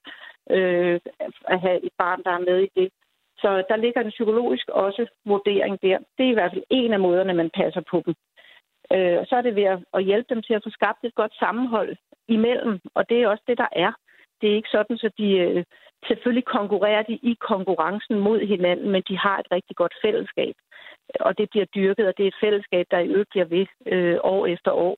at have et barn, der er med i det? Så der ligger en psykologisk også vurdering der. Det er i hvert fald en af måderne, man passer på dem. Og så er det ved at hjælpe dem til at få skabt et godt sammenhold imellem, og det er også det, der er. Det er ikke sådan, at de selvfølgelig konkurrerer de i konkurrencen mod hinanden, men de har et rigtig godt fællesskab. Og det bliver dyrket, og det er et fællesskab, der i øvrigt bliver ved år efter år.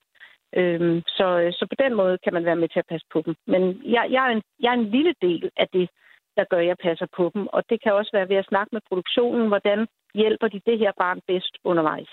Så på den måde kan man være med til at passe på dem. Men jeg er en lille del af det, der gør, at jeg passer på dem. Og det kan også være ved at snakke med produktionen, hvordan hjælper de det her barn bedst undervejs,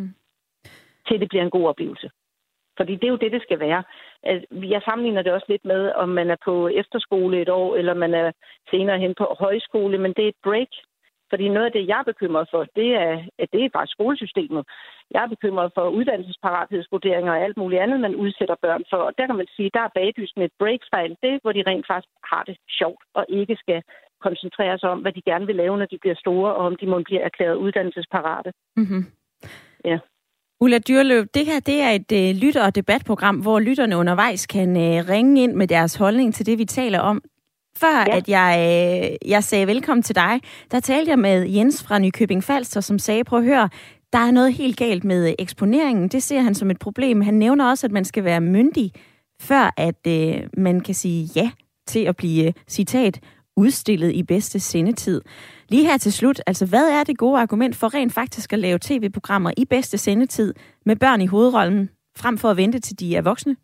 til det bliver en god oplevelse. Fordi det er jo det skal være. Jeg sammenligner det også lidt med, om man er på efterskole et år, eller man er senere hen på højskole, men det er et break. Fordi noget af det, jeg er bekymret for, det er faktisk skolesystemet. Jeg er bekymret for uddannelsesparathedsvurderinger og alt muligt andet, man udsætter børn for. Og der kan man sige, der er bagdysten et break fra alt det, hvor de rent faktisk har det sjovt, og ikke skal koncentrere sig om, hvad de gerne vil lave, når de bliver store, og om de må blive erklæret uddannelsesparate. Mm-hmm. Ja. Ulla Dyrløv, det her det er et lytter- og debatprogram, hvor lytterne undervejs kan ringe ind med deres holdning til det, vi taler om. Før at jeg sagde velkommen til dig, der talte jeg med Jens fra Nykøbing Falster, som sagde, prøv at høre, der er noget helt galt med eksponeringen. Det ser han som et problem. Han nævner også, at man skal være myndig, før at man kan sige ja til at blive, citat, udstillet i bedste sendetid. Lige her til slut, altså hvad er det gode argument for rent faktisk at lave tv-programmer i bedste sendetid med børn i hovedrollen, frem for at vente til de er voksne?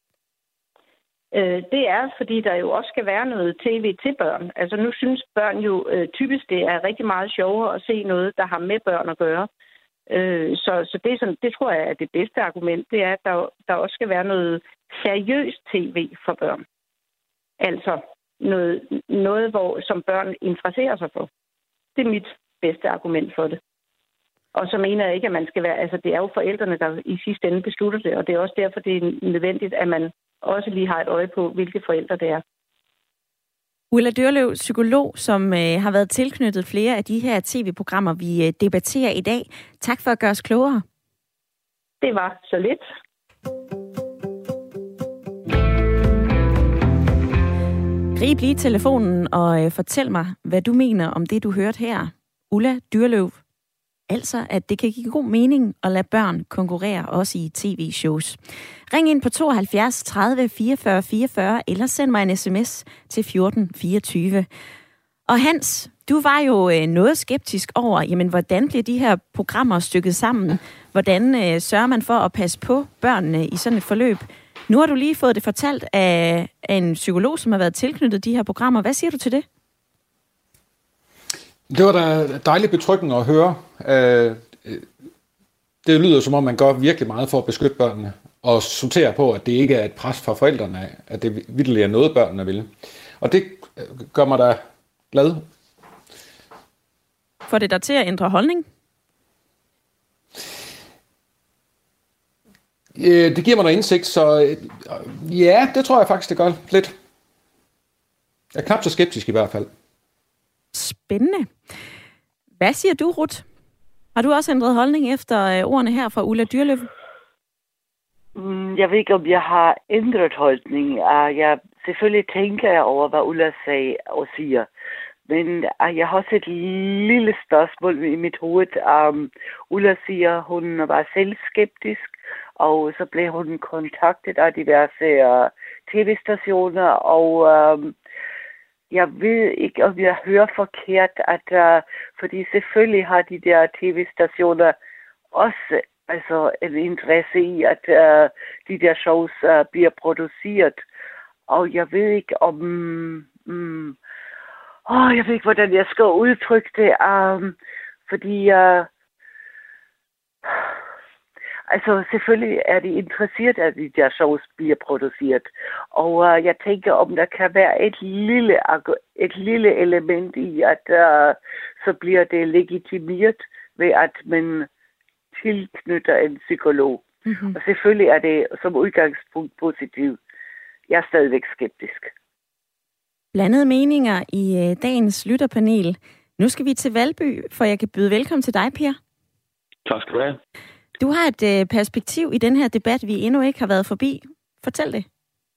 Det er, fordi der jo også skal være noget tv til børn. Altså nu synes børn jo typisk, det er rigtig meget sjovere at se noget, der har med børn at gøre. Så det, er sådan, det tror jeg er det bedste argument, det er, at der også skal være noget seriøst tv for børn. Altså noget som børn interesserer sig for. Det er mit bedste argument for det. Og så mener jeg ikke, at man skal være... Altså, det er jo forældrene, der i sidste ende beslutter det, og det er også derfor, det er nødvendigt, at man også lige har et øje på, hvilke forældre det er. Ulla Dyrløv, psykolog, som har været tilknyttet flere af de her tv-programmer, vi debatterer i dag. Tak for at gøre os klogere. Det var så lidt. Grib lige telefonen og fortæl mig, hvad du mener om det, du hørte her. Ulla Dyrløv. Altså, at det kan give god mening at lade børn konkurrere også i tv-shows. Ring ind på 72 30 44 44, eller send mig en sms til 1424. Og Hans, du var jo noget skeptisk over, jamen, hvordan bliver de her programmer stykket sammen? Hvordan sørger man for at passe på børnene i sådan et forløb? Nu har du lige fået det fortalt af en psykolog, som har været tilknyttet de her programmer. Hvad siger du til det? Det var da dejligt betryggende at høre. Det lyder som om, man gør virkelig meget for at beskytte børnene, og sortere på, at det ikke er et pres fra forældrene af, at det virkelig er noget, børnene vil. Og det gør mig da glad. Får det dig til at ændre holdning? Det giver mig noget indsigt, så ja, det tror jeg faktisk, det gør lidt. Jeg er knap så skeptisk i hvert fald. Spændende. Hvad siger du, Ruth? Har du også ændret holdning efter ordene her fra Ulla Dyrløv? Jeg ved ikke, om jeg har ændret holdning. Jeg selvfølgelig tænker jeg over, hvad Ulla sagde og siger. Men jeg har også et lille spørgsmål i mit hoved. Ulla siger, hun var selv skeptisk, og så blev hun kontaktet af diverse tv-stationer, og jeg ved ikke, om jeg hører forkert, at fordi selvfølgelig har de der tv-stationer også en interesse i, at de der shows bliver produceret. Og jeg ved ikke om... jeg ved ikke, hvordan jeg skal udtrykke det. Fordi... selvfølgelig er de interesseret, at de der shows bliver produceret. Og jeg tænker, om der kan være et lille element i, at så bliver det legitimeret ved, at man tilknytter en psykolog. Mm-hmm. Og selvfølgelig er det som udgangspunkt positivt. Jeg er stadigvæk skeptisk. Blandede meninger i dagens lytterpanel. Nu skal vi til Valby, for jeg kan byde velkommen til dig, Per. Tak skal du have. Du har et perspektiv i den her debat, vi endnu ikke har været forbi. Fortæl det.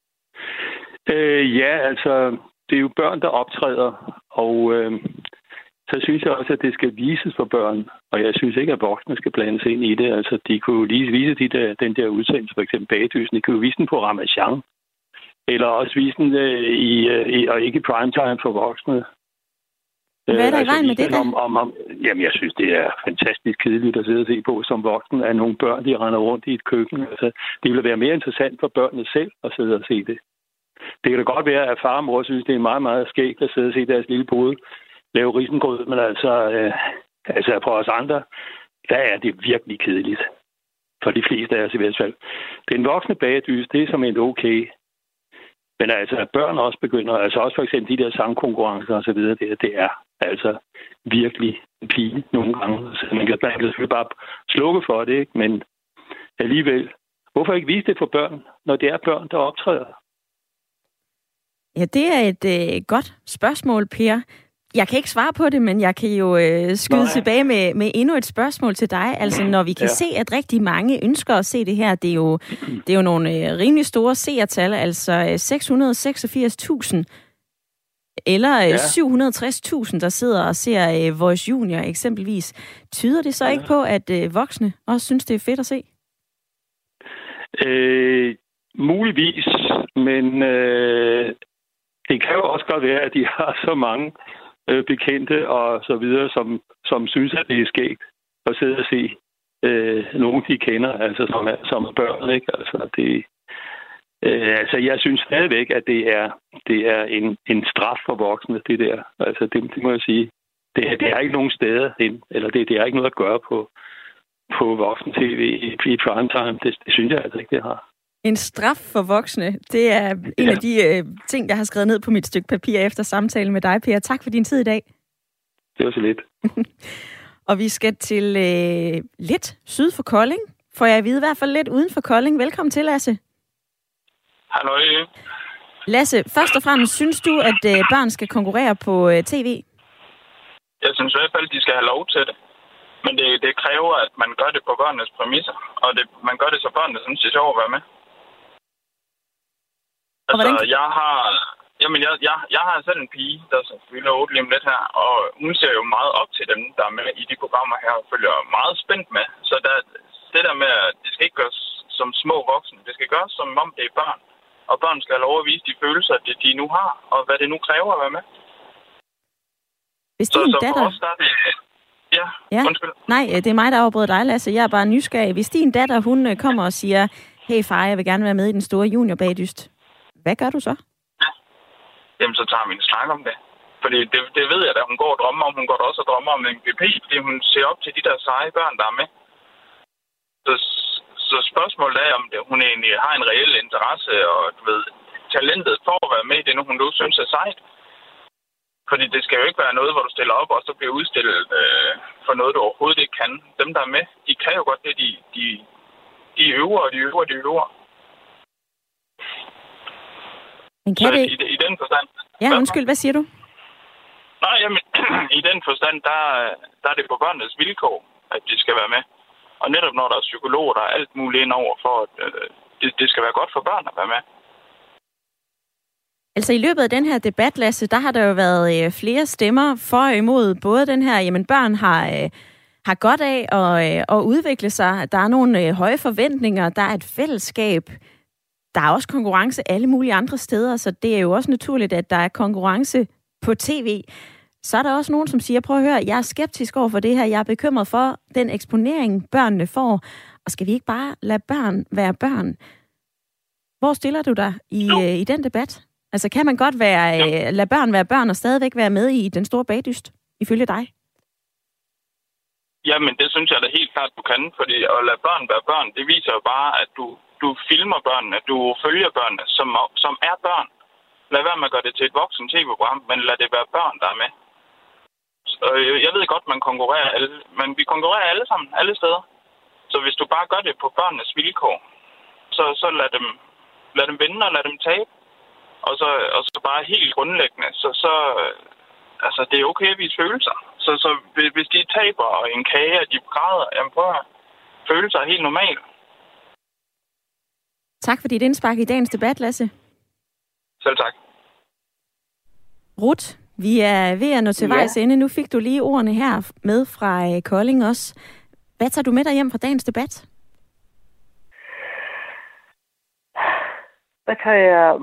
Det er jo børn, der optræder, og så synes jeg også, at det skal vises for børn, og jeg synes ikke, at voksne skal blandes ind i det. Altså, de kunne jo lige vise den der udsendelse, for eksempel Bagdysen, de kunne jo vise den på Ramachan, eller også vise den og ikke i primetime for voksne. Hvad er der i vejen med det, da? Jamen, jeg synes, det er fantastisk kedeligt at sidde og se på som voksen, at nogle børn, de render rundt i et køkken. Altså, det ville være mere interessant for børnene selv at sidde og se det. Det kan da godt være, at far og mor synes, det er meget, meget skægt at sidde og se deres lille brud lave risengrød, men altså for os andre, der er det virkelig kedeligt. For de fleste af os i hvert fald. Den voksne bagdys, det er som en okay. Men altså, at børn også begynder, altså også for eksempel de der sangkonkurrencer og så videre, det er altså virkelig en pige nogle gange. Så man kan selvfølgelig bare slukke for det, ikke? Men alligevel, hvorfor ikke vise det for børn, når det er børn, der optræder? Ja, det er et godt spørgsmål, Per. Jeg kan ikke svare på det, men jeg kan jo skyde tilbage med endnu et spørgsmål til dig. Altså, når vi kan se, at rigtig mange ønsker at se det her, det er jo nogle rimelig store seertal, altså 686.000 eller 760.000, der sidder og ser Voice Junior eksempelvis. Tyder det så ikke på, at voksne også synes, det er fedt at se? Muligvis, men det kan jo også godt være, at de har så mange bekendte og så videre, som synes, at det er skægt at sidde og se nogen, de kender, altså som er børn, ikke? Altså, jeg synes stadigvæk, at det er en straf for voksne, det der. Altså, det må jeg sige. Det er ikke nogen steder hen, eller det er ikke noget at gøre på voksen-tv i primetime. Det synes jeg altså ikke, det har. En straf for voksne, det er en af de ting, jeg har skrevet ned på mit stykke papir efter samtale med dig, Per. Tak for din tid i dag. Det var så lidt. Og vi skal til lidt syd for Kolding. Får jeg at vide i hvert fald lidt uden for Kolding. Velkommen til, Lasse. Halløj. Lasse, først og fremmest, synes du, at børn skal konkurrere på tv? Jeg synes i hvert fald, at de skal have lov til det. Men det kræver, at man gør det på børnenes præmisser. Og man gør det, så børnene synes, det er sjovt at være med. Altså, jeg har selv en pige, der fylder 8 lige om lidt her. Og hun ser jo meget op til dem, der er med i de programmer her, og følger meget spændt med. Så det der med, at det skal ikke gøres som små voksne. Det skal gøres, som om det er børn. Og børn skal have lov at vise de følelser, de nu har, og hvad det nu kræver at være med. Hvis din datter... for os, der er det... Ja, undskyld. Nej, det er mig, der afbryder dig, Lasse. Jeg er bare nysgerrig. Hvis din datter, hun kommer og siger, hey far, jeg vil gerne være med i den store juniorbagdyst. Hvad gør du så? Ja. Jamen, så tager vi en snak om det. Fordi det ved jeg da, hun går og drømmer om. Hun går da også og drømmer om en MVP, fordi hun ser op til de der seje børn, der er med. Så spørgsmålet er, om hun egentlig har en reel interesse og talentet for at være med i det, nu hun synes er sejt. Fordi det skal jo ikke være noget, hvor du stiller op og så bliver udstillet for noget, du overhovedet ikke kan. Dem, der er med, de kan jo godt det, de øver, og de øver. Men kan det... I den forstand... Ja, undskyld, hvad siger du? Nej, jamen, i den forstand, der er det på børnenes vilkår, at de skal være med. Og netop når der er psykologer, der er alt muligt ind over for, at det skal være godt for børn at være med. Altså i løbet af den her debat, Lasse, der har der jo været flere stemmer for og imod. Både den her, jamen børn har godt af at udvikle sig. Der er nogle høje forventninger, der er et fællesskab. Der er også konkurrence alle mulige andre steder, så det er jo også naturligt, at der er konkurrence på tv. Så er der også nogen, som siger, prøv at høre, jeg er skeptisk over for det her. Jeg er bekymret for den eksponering, børnene får. Og skal vi ikke bare lade børn være børn? Hvor stiller du dig i den debat? Altså, kan man godt lade børn være børn og stadigvæk være med i den store bagdyst, ifølge dig? Jamen, det synes jeg da helt klart, du kan. Fordi at lade børn være børn, det viser jo bare, at du filmer børnene, du følger børnene, som er børn. Lad være med at gøre det til et voksen tv-program, men lad det være børn, der er med. Jeg ved godt, man konkurrerer alle, men vi konkurrerer alle sammen, alle steder. Så hvis du bare gør det på børnenes vilkår, så lad dem vinde og lad dem tabe. Og så bare helt grundlæggende, altså det er okay at vise følelser. Så hvis de taber en kage, og de græder, jamen prøv at følelser er helt normalt. Tak for dit indspark i dagens debat, Lasse. Selv tak. Ruth, vi er ved at nå til vejs ende. Nu fik du lige ordene her med fra Kolding også. Hvad tager du med dig hjem fra dagens debat? Hvad tager jeg...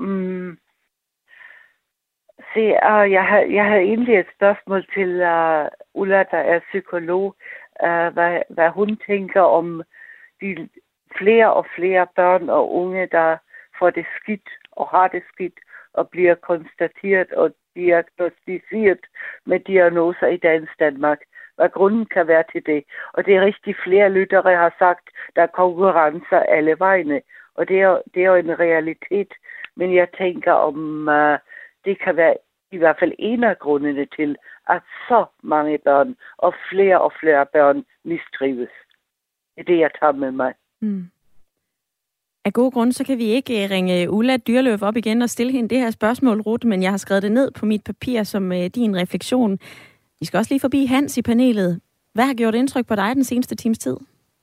Jeg havde egentlig et spørgsmål til Ulla, der er psykolog, hvad hun tænker om de flere og flere børn og unge, der får det skidt og har det skidt og bliver konstateret og diagnostiseret med diagnoser i dagens Danmark. Hvad grunden kan være til det. Og det er rigtig flere lyttere har sagt, der er konkurrencer alle vegne. Og det er jo en realitet. Men jeg tænker om det kan være i hvert fald en af grundene til, at så mange børn og flere børn mistrives. Det er det, jeg tager med mig. Mm. Af gode grunde, så kan vi ikke ringe Ulla Dyrløf op igen og stille hende det her spørgsmål, Ruth, men jeg har skrevet det ned på mit papir som din refleksion. Vi skal også lige forbi Hans i panelet. Hvad har gjort indtryk på dig den seneste times tid?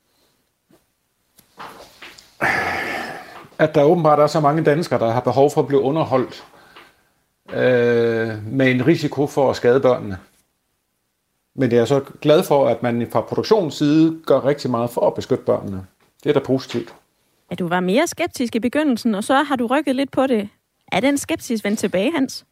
At der åbenbart er så mange danskere, der har behov for at blive underholdt med en risiko for at skade børnene. Men det er så glad for, at man fra produktionens side gør rigtig meget for at beskytte børnene. Det er da positivt. At du var mere skeptisk i begyndelsen, og så har du rykket lidt på det. Er den skepsis vendt tilbage, Hans?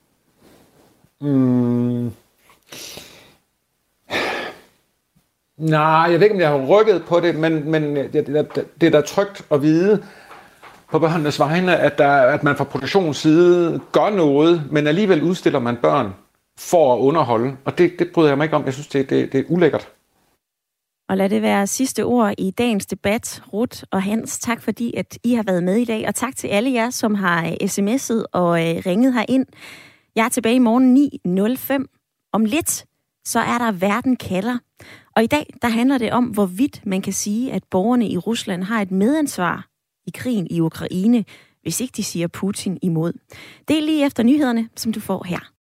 Nej, jeg ved ikke, om jeg har rykket på det, men det er da trygt at vide på børnenes vegne, at man fra produktionens side gør noget, men alligevel udstiller man børn for at underholde. Og det bryder jeg mig ikke om. Jeg synes, det er ulækkert. Og lad det være sidste ord i dagens debat. Ruth og Hans, tak fordi, at I har været med i dag. Og tak til alle jer, som har sms'et og ringet herind. Jeg er tilbage i morgen 9.05. Om lidt, så er der Verden kalder. Og i dag, der handler det om, hvorvidt man kan sige, at borgerne i Rusland har et medansvar i krigen i Ukraine, hvis ikke de siger Putin imod. Det er lige efter nyhederne, som du får her.